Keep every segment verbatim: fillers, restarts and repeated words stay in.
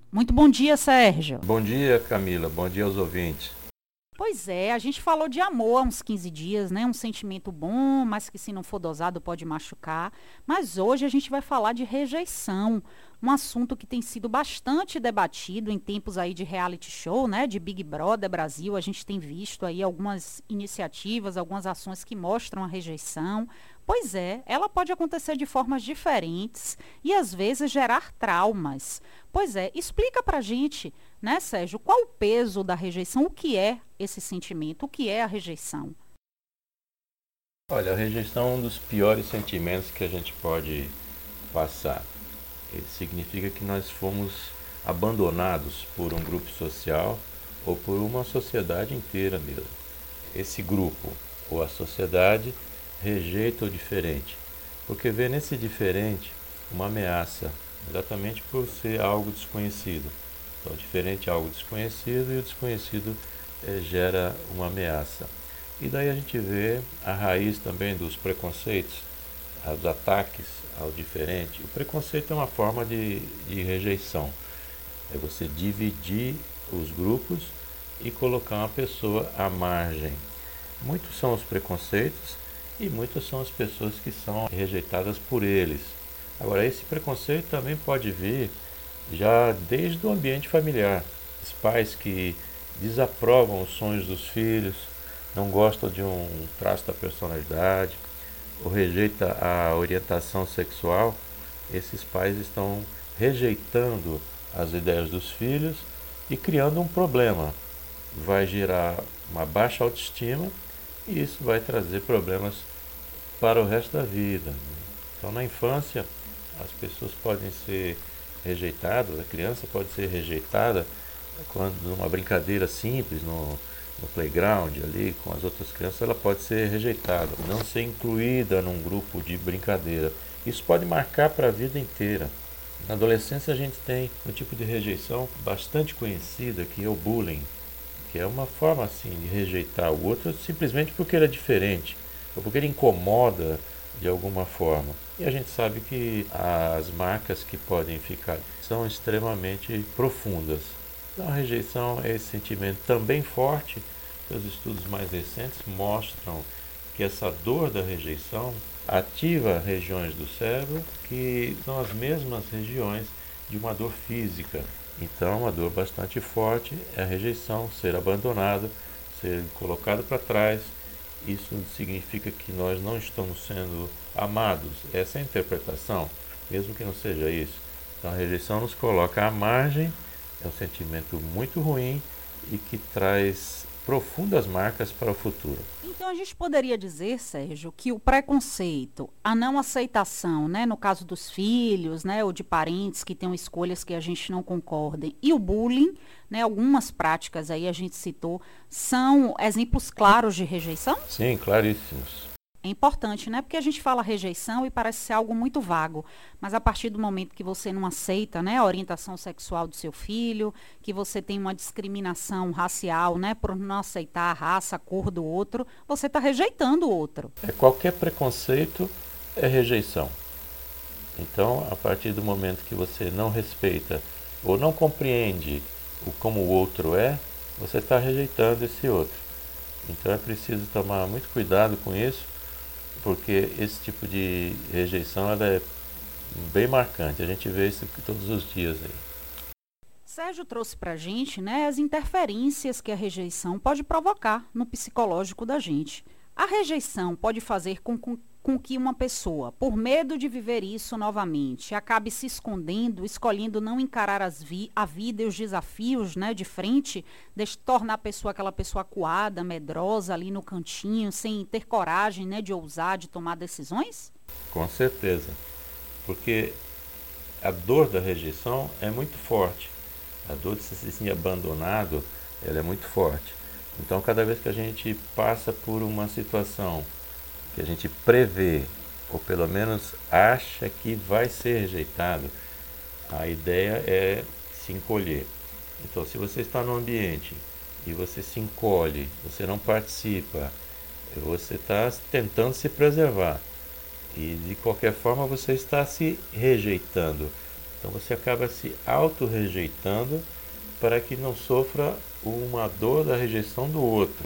Muito bom dia, Sérgio. Bom dia, Camila. Bom dia aos ouvintes. Pois é, a gente falou de amor há uns quinze dias, né? Um sentimento bom, mas que se não for dosado pode machucar. Mas hoje a gente vai falar de rejeição, um assunto que tem sido bastante debatido em tempos aí de reality show, né? De Big Brother Brasil, a gente tem visto aí algumas iniciativas, algumas ações que mostram a rejeição. Pois é, ela pode acontecer de formas diferentes e às vezes gerar traumas. Pois é, explica pra gente, né, Sérgio, qual o peso da rejeição, o que é esse sentimento, o que é a rejeição? Olha, a rejeição é um dos piores sentimentos que a gente pode passar. Ele significa que nós fomos abandonados por um grupo social ou por uma sociedade inteira mesmo. Esse grupo ou a sociedade rejeita o diferente, porque vê nesse diferente uma ameaça, exatamente por ser algo desconhecido. Então, diferente é algo desconhecido e o desconhecido eh, gera uma ameaça. E daí a gente vê a raiz também dos preconceitos, os ataques ao diferente. O preconceito é uma forma de, de rejeição. É você dividir os grupos e colocar uma pessoa à margem. Muitos são os preconceitos e muitas são as pessoas que são rejeitadas por eles. Agora, esse preconceito também pode vir já desde o ambiente familiar. Os pais que desaprovam os sonhos dos filhos, não gostam de um traço da personalidade, ou rejeita a orientação sexual, esses pais estão rejeitando as ideias dos filhos e criando um problema. Vai gerar uma baixa autoestima e isso vai trazer problemas para o resto da vida. Então, na infância, as pessoas podem ser rejeitadas, a criança pode ser rejeitada quando numa brincadeira simples, no, no playground ali com as outras crianças, ela pode ser rejeitada, não ser incluída num grupo de brincadeira. Isso pode marcar para a vida inteira. Na adolescência a gente tem um tipo de rejeição bastante conhecida, que é o bullying, que é uma forma assim de rejeitar o outro simplesmente porque ele é diferente, ou porque ele incomoda de alguma forma. E a gente sabe que as marcas que podem ficar são extremamente profundas. Então a rejeição é esse sentimento também forte. Os estudos mais recentes mostram que essa dor da rejeição ativa regiões do cérebro que são as mesmas regiões de uma dor física. Então, uma dor bastante forte é a rejeição, ser abandonado, ser colocado para trás. Isso significa que nós não estamos sendo amados. Essa é a interpretação, mesmo que não seja isso. Então, a rejeição nos coloca à margem, é um sentimento muito ruim e que traz profundas marcas para o futuro. Então a gente poderia dizer, Sérgio, que o preconceito, a não aceitação, né, no caso dos filhos, né, ou de parentes que tenham escolhas que a gente não concordem, e o bullying, né, algumas práticas aí a gente citou, são exemplos claros de rejeição? Sim, claríssimos. É importante, né? Porque a gente fala rejeição e parece ser algo muito vago. Mas a partir do momento que você não aceita, né, a orientação sexual do seu filho, que você tem uma discriminação racial, né, por não aceitar a raça, a cor do outro, você está rejeitando o outro. É, qualquer preconceito é rejeição. Então, a partir do momento que você não respeita ou não compreende o como o outro é, você está rejeitando esse outro. Então é preciso tomar muito cuidado com isso, porque esse tipo de rejeição ela é bem marcante. A gente vê isso todos os dias aí. Sérgio trouxe para a gente, né, as interferências que a rejeição pode provocar no psicológico da gente. A rejeição pode fazer com, com, com que uma pessoa, por medo de viver isso novamente, acabe se escondendo, escolhendo não encarar as vi a vida e os desafios, né, de frente, de tornar a pessoa aquela pessoa acuada, medrosa ali no cantinho, sem ter coragem, né, de ousar, de tomar decisões? Com certeza, porque a dor da rejeição é muito forte. A dor de se sentir abandonado, ela é muito forte. Então, cada vez que a gente passa por uma situação que a gente prevê, ou pelo menos acha que vai ser rejeitado, a ideia é se encolher. Então, se você está no ambiente e você se encolhe, você não participa, você está tentando se preservar. E de qualquer forma você está se rejeitando. Então você acaba se auto-rejeitando para que não sofra uma dor da rejeição do outro.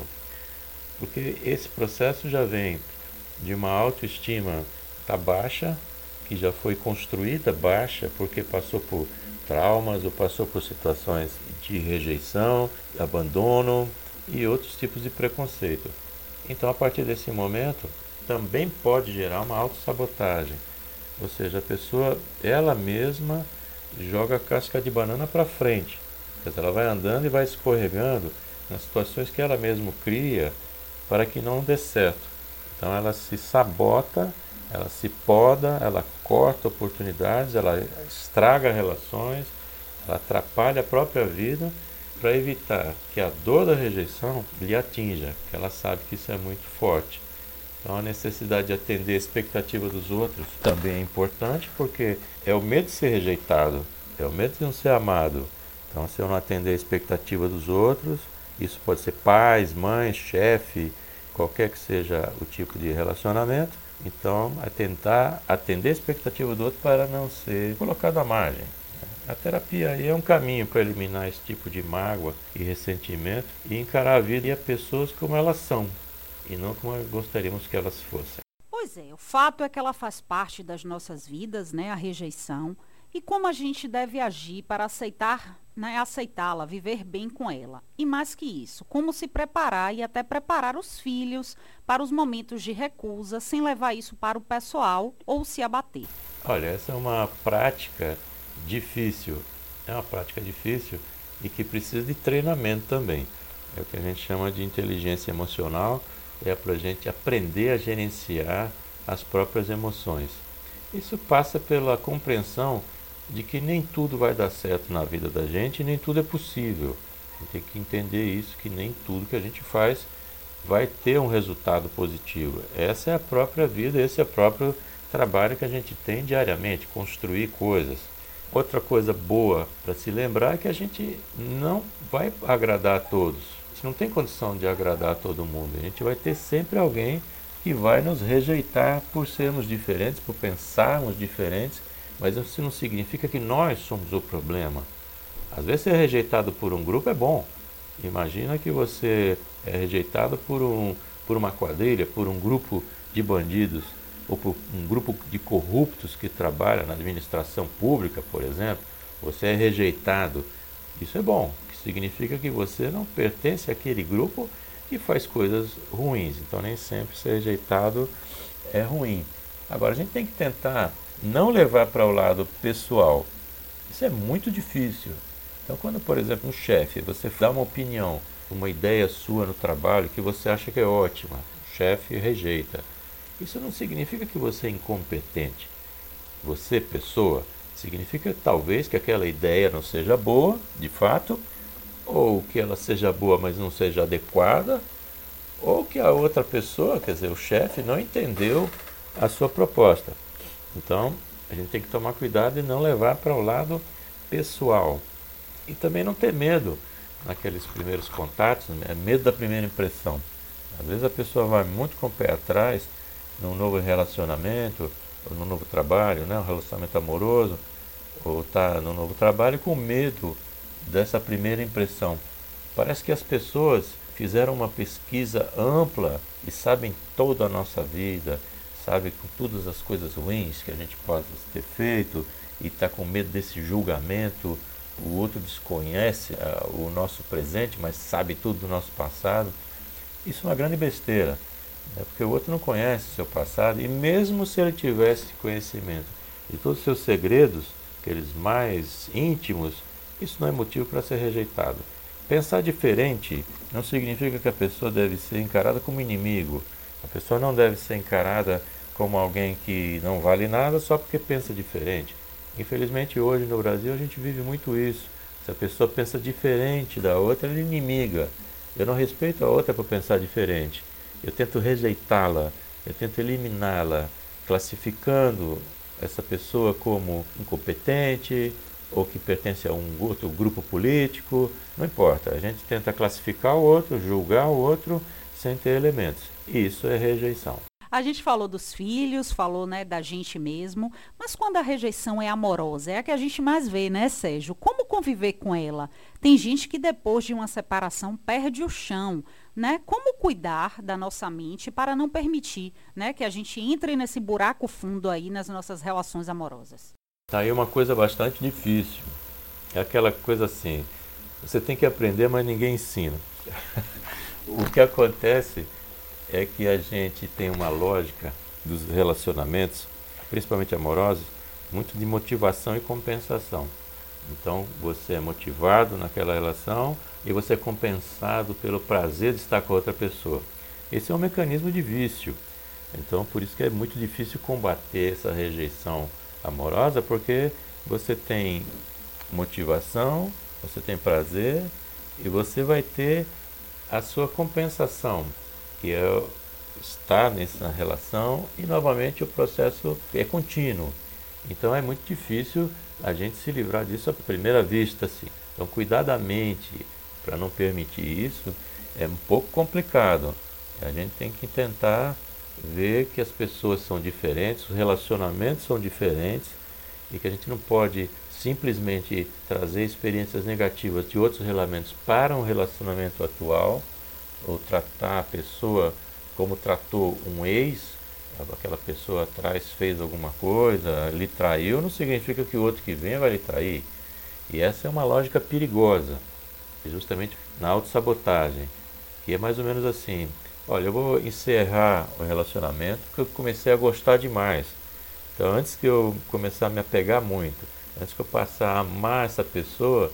Porque esse processo já vem de uma autoestima tá baixa, que já foi construída baixa porque passou por traumas ou passou por situações de rejeição, abandono e outros tipos de preconceito. Então, a partir desse momento, também pode gerar uma autossabotagem. Ou seja, a pessoa, ela mesma, joga a casca de banana para frente. Quer dizer, ela vai andando e vai escorregando nas situações que ela mesma cria para que não dê certo. Então, ela se sabota, ela se poda, ela corta oportunidades, ela estraga relações, ela atrapalha a própria vida para evitar que a dor da rejeição lhe atinja, porque ela sabe que isso é muito forte. Então a necessidade de atender a expectativa dos outros também é importante, porque é o medo de ser rejeitado, é o medo de não ser amado. Então se eu não atender a expectativa dos outros, isso pode ser pais, mães, chefe, qualquer que seja o tipo de relacionamento, então é tentar atender a expectativa do outro para não ser colocado à margem. A terapia aí é um caminho para eliminar esse tipo de mágoa e ressentimento e encarar a vida e as pessoas como elas são e não como gostaríamos que elas fossem. Pois é, o fato é que ela faz parte das nossas vidas, né, a rejeição, e como a gente deve agir para aceitar, né, aceitá-la, viver bem com ela. E mais que isso, como se preparar e até preparar os filhos para os momentos de recusa, sem levar isso para o pessoal ou se abater. Olha, essa é uma prática difícil, é uma prática difícil e que precisa de treinamento também. É o que a gente chama de inteligência emocional, é para a gente aprender a gerenciar as próprias emoções. Isso passa pela compreensão de que nem tudo vai dar certo na vida da gente e nem tudo é possível. A gente tem que entender isso, que nem tudo que a gente faz vai ter um resultado positivo. Essa é a própria vida, esse é o próprio trabalho que a gente tem diariamente, construir coisas. Outra coisa boa para se lembrar é que a gente não vai agradar a todos. A gente não tem condição de agradar a todo mundo. A gente vai ter sempre alguém que vai nos rejeitar por sermos diferentes, por pensarmos diferentes, mas isso não significa que nós somos o problema. Às vezes ser rejeitado por um grupo é bom. Imagina que você é rejeitado por, um, por uma quadrilha, por um grupo de bandidos, ou por um grupo de corruptos que trabalha na administração pública, por exemplo. Você é rejeitado. Isso é bom, que significa que você não pertence àquele grupo que faz coisas ruins. Então nem sempre ser rejeitado é ruim. Agora a gente tem que tentar não levar para o lado pessoal. Isso é muito difícil. Então quando, por exemplo, um chefe, você dá uma opinião, uma ideia sua no trabalho que você acha que é ótima, o chefe rejeita. Isso não significa que você é incompetente. Você, pessoa, significa talvez que aquela ideia não seja boa, de fato, ou que ela seja boa, mas não seja adequada, ou que a outra pessoa, quer dizer, o chefe, não entendeu a sua proposta. Então, a gente tem que tomar cuidado e não levar para o lado pessoal. E também não ter medo naqueles primeiros contatos, né? Medo da primeira impressão. Às vezes a pessoa vai muito com o pé atrás num novo relacionamento, ou num novo trabalho, né? Um relacionamento amoroso, ou está num novo trabalho com medo dessa primeira impressão. Parece que as pessoas fizeram uma pesquisa ampla e sabem toda a nossa vida, sabem com todas as coisas ruins que a gente pode ter feito e está com medo desse julgamento. O outro desconhece uh, o nosso presente, mas sabe tudo do nosso passado. Isso é uma grande besteira, né? Porque o outro não conhece o seu passado, e mesmo se ele tivesse conhecimento de todos os seus segredos, aqueles mais íntimos, isso não é motivo para ser rejeitado. Pensar diferente não significa que a pessoa deve ser encarada como inimigo. A pessoa não deve ser encarada como alguém que não vale nada só porque pensa diferente. Infelizmente hoje no Brasil a gente vive muito isso. Se a pessoa pensa diferente da outra, ela é inimiga. Eu não respeito a outra por pensar diferente. Eu tento rejeitá-la, eu tento eliminá-la, classificando essa pessoa como incompetente ou que pertence a um outro grupo político. Não importa, a gente tenta classificar o outro, julgar o outro sem ter elementos. Isso é rejeição. A gente falou dos filhos, falou, né, da gente mesmo, mas quando a rejeição é amorosa, é a que a gente mais vê, né, Sérgio? Como conviver com ela? Tem gente que depois de uma separação perde o chão, né? Como cuidar da nossa mente para não permitir, né, que a gente entre nesse buraco fundo aí nas nossas relações amorosas? Tá aí uma coisa bastante difícil. É aquela coisa assim, você tem que aprender, mas ninguém ensina. O que acontece é que a gente tem uma lógica dos relacionamentos, principalmente amorosos, muito de motivação e compensação. Então, você é motivado naquela relação e você é compensado pelo prazer de estar com a outra pessoa. Esse é um mecanismo de vício. Então, por isso que é muito difícil combater essa rejeição amorosa, porque você tem motivação, você tem prazer e você vai ter a sua compensação, que é estar nessa relação, e novamente o processo é contínuo. Então é muito difícil a gente se livrar disso à primeira vista, assim. Então cuidar da mente para não permitir isso é um pouco complicado. A gente tem que tentar ver que as pessoas são diferentes, os relacionamentos são diferentes e que a gente não pode simplesmente trazer experiências negativas de outros relacionamentos para um relacionamento atual, ou tratar a pessoa como tratou um ex, aquela pessoa atrás fez alguma coisa, lhe traiu, não significa que o outro que vem vai lhe trair. E essa é uma lógica perigosa, justamente na autossabotagem, que é mais ou menos assim: olha, eu vou encerrar o relacionamento porque eu comecei a gostar demais. Então, antes que eu começar a me apegar muito, antes que eu passar a amar essa pessoa,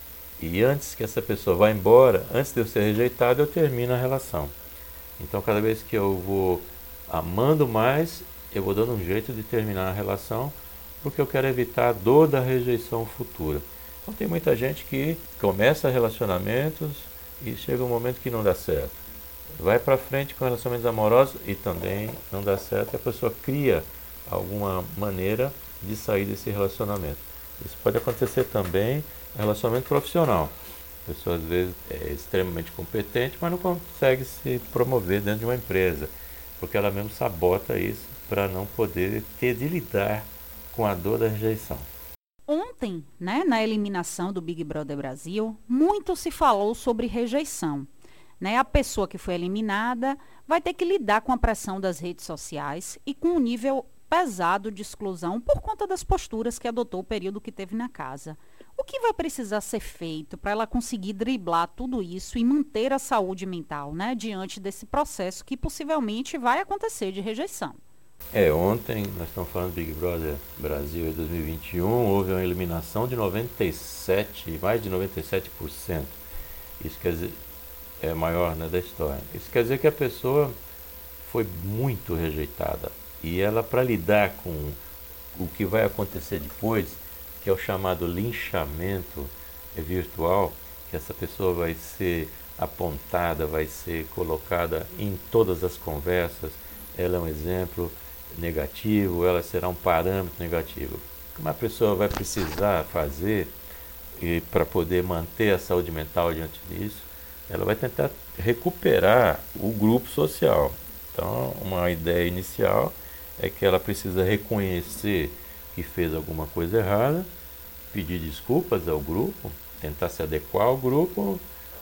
e antes que essa pessoa vá embora, antes de eu ser rejeitado, eu termino a relação. Então, cada vez que eu vou amando mais, eu vou dando um jeito de terminar a relação, porque eu quero evitar a dor da rejeição futura. Então, tem muita gente que começa relacionamentos e chega um momento que não dá certo. Vai para frente com relacionamentos amorosos e também não dá certo, e a pessoa cria alguma maneira de sair desse relacionamento. Isso pode acontecer também no relacionamento profissional. A pessoa às vezes é extremamente competente, mas não consegue se promover dentro de uma empresa, porque ela mesmo sabota isso para não poder ter de lidar com a dor da rejeição. Ontem, né, na eliminação do Big Brother Brasil, muito se falou sobre rejeição. Né? A pessoa que foi eliminada vai ter que lidar com a pressão das redes sociais e com um nível pesado de exclusão por conta das posturas que adotou o período que teve na casa. O que vai precisar ser feito para ela conseguir driblar tudo isso e manter a saúde mental, né, diante desse processo que possivelmente vai acontecer de rejeição? É, ontem, nós estamos falando do Big Brother Brasil dois mil e vinte e um, houve uma eliminação de noventa e sete, mais de noventa e sete por cento. Isso quer dizer, é maior, né, da história. Isso quer dizer que a pessoa foi muito rejeitada. E ela, para lidar com o que vai acontecer depois, que é o chamado linchamento virtual, que essa pessoa vai ser apontada, vai ser colocada em todas as conversas, ela é um exemplo negativo, ela será um parâmetro negativo. Como a pessoa vai precisar fazer para poder manter a saúde mental diante disso? Ela vai tentar recuperar o grupo social. Então, uma ideia inicial é que ela precisa reconhecer que fez alguma coisa errada, pedir desculpas ao grupo, tentar se adequar ao grupo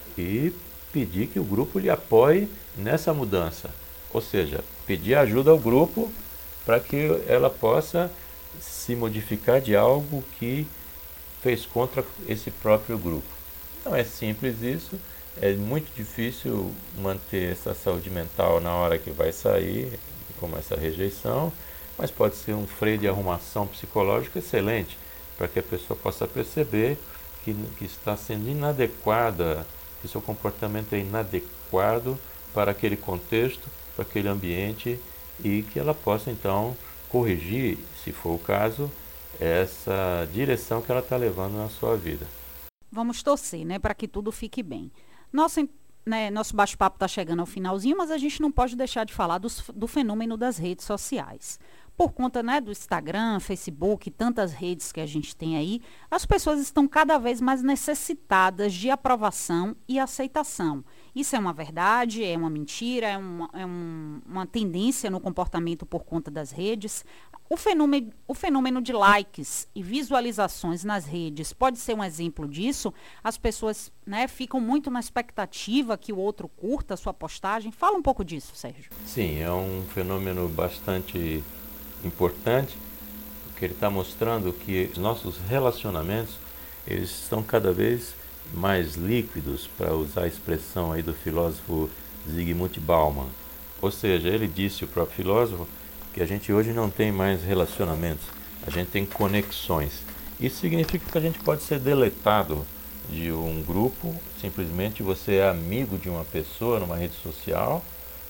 e pedir que o grupo lhe apoie nessa mudança. Ou seja, pedir ajuda ao grupo para que ela possa se modificar de algo que fez contra esse próprio grupo. Não é simples isso, é muito difícil manter essa saúde mental na hora que vai sair, como essa rejeição, mas pode ser um freio de arrumação psicológica excelente, para que a pessoa possa perceber que, que está sendo inadequada, que seu comportamento é inadequado para aquele contexto, para aquele ambiente, e que ela possa então corrigir, se for o caso, essa direção que ela está levando na sua vida. Vamos torcer, né, para que tudo fique bem. Nossa, né, nosso bate-papo está chegando ao finalzinho, mas a gente não pode deixar de falar dos, do fenômeno das redes sociais. Por conta, né, do Instagram, Facebook, tantas redes que a gente tem aí, as pessoas estão cada vez mais necessitadas de aprovação e aceitação. Isso é uma verdade, é uma mentira, é, uma, é um, uma tendência no comportamento por conta das redes? O fenômeno, o fenômeno de likes e visualizações nas redes pode ser um exemplo disso? As pessoas, né, ficam muito na expectativa que o outro curta a sua postagem. Fala um pouco disso, Sérgio. Sim, é um fenômeno bastante importante, porque ele está mostrando que os nossos relacionamentos eles estão cada vez mais líquidos, para usar a expressão aí do filósofo Zygmunt Bauman. Ou seja, ele disse, o próprio filósofo, que a gente hoje não tem mais relacionamentos, a gente tem conexões. Isso significa que a gente pode ser deletado de um grupo, simplesmente você é amigo de uma pessoa numa rede social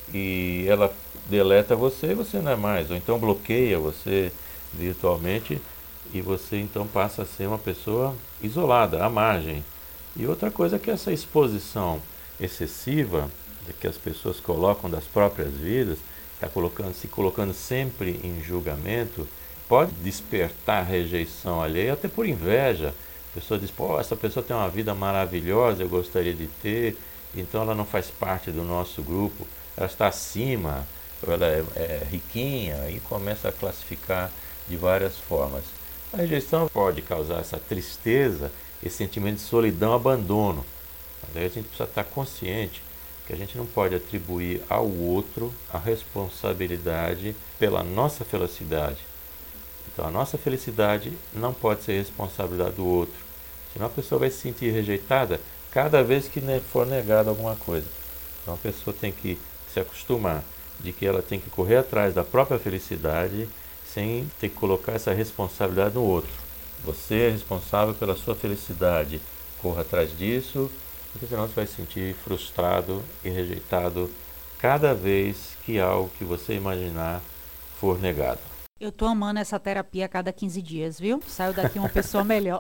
e ela deleta você e você não é mais, ou então bloqueia você virtualmente e você então passa a ser uma pessoa isolada, à margem. E outra coisa é que essa exposição excessiva que as pessoas colocam das próprias vidas, está colocando, se colocando sempre em julgamento, pode despertar rejeição alheia, até por inveja. A pessoa diz, pô, essa pessoa tem uma vida maravilhosa, eu gostaria de ter, então ela não faz parte do nosso grupo, ela está acima, ela é, é riquinha, e começa a classificar de várias formas. A rejeição pode causar essa tristeza, esse sentimento de solidão, abandono. Mas aí a gente precisa estar consciente que a gente não pode atribuir ao outro a responsabilidade pela nossa felicidade. Então a nossa felicidade não pode ser responsabilidade do outro. Senão a pessoa vai se sentir rejeitada cada vez que for negada alguma coisa. Então a pessoa tem que se acostumar de que ela tem que correr atrás da própria felicidade sem ter que colocar essa responsabilidade no outro. Você é responsável pela sua felicidade. Corra atrás disso, porque senão você vai se sentir frustrado e rejeitado cada vez que algo que você imaginar for negado. Eu tô amando essa terapia a cada quinze dias, viu? Saio daqui uma pessoa melhor.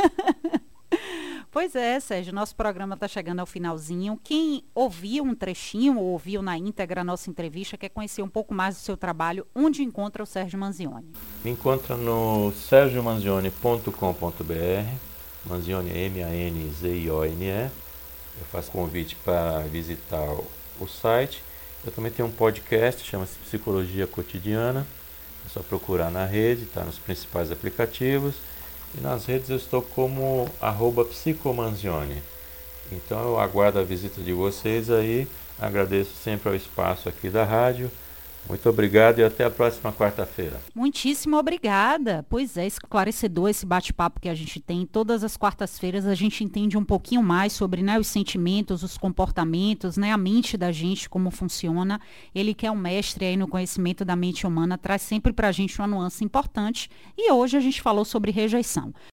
Pois é, Sérgio, nosso programa está chegando ao finalzinho. Quem ouviu um trechinho ou ouviu na íntegra a nossa entrevista, quer conhecer um pouco mais do seu trabalho, onde encontra o Sérgio Manzioni? Me encontra no sergio manzioni ponto com ponto b r, Manzioni é M A N Z I O N E. Eu faço convite para visitar o site. Eu também tenho um podcast, chama-se Psicologia Cotidiana. É só procurar na rede, está nos principais aplicativos. E nas redes eu estou como arroba psicomanzioni. Então eu aguardo a visita de vocês aí. Agradeço sempre ao espaço aqui da rádio. Muito obrigado e até a próxima quarta-feira. Muitíssimo obrigada. Pois é, esclarecedor esse bate-papo que a gente tem. Todas as quartas-feiras a gente entende um pouquinho mais sobre, né, os sentimentos, os comportamentos, né, a mente da gente, como funciona. Ele que é um mestre aí no conhecimento da mente humana, traz sempre para a gente uma nuance importante. E hoje a gente falou sobre rejeição.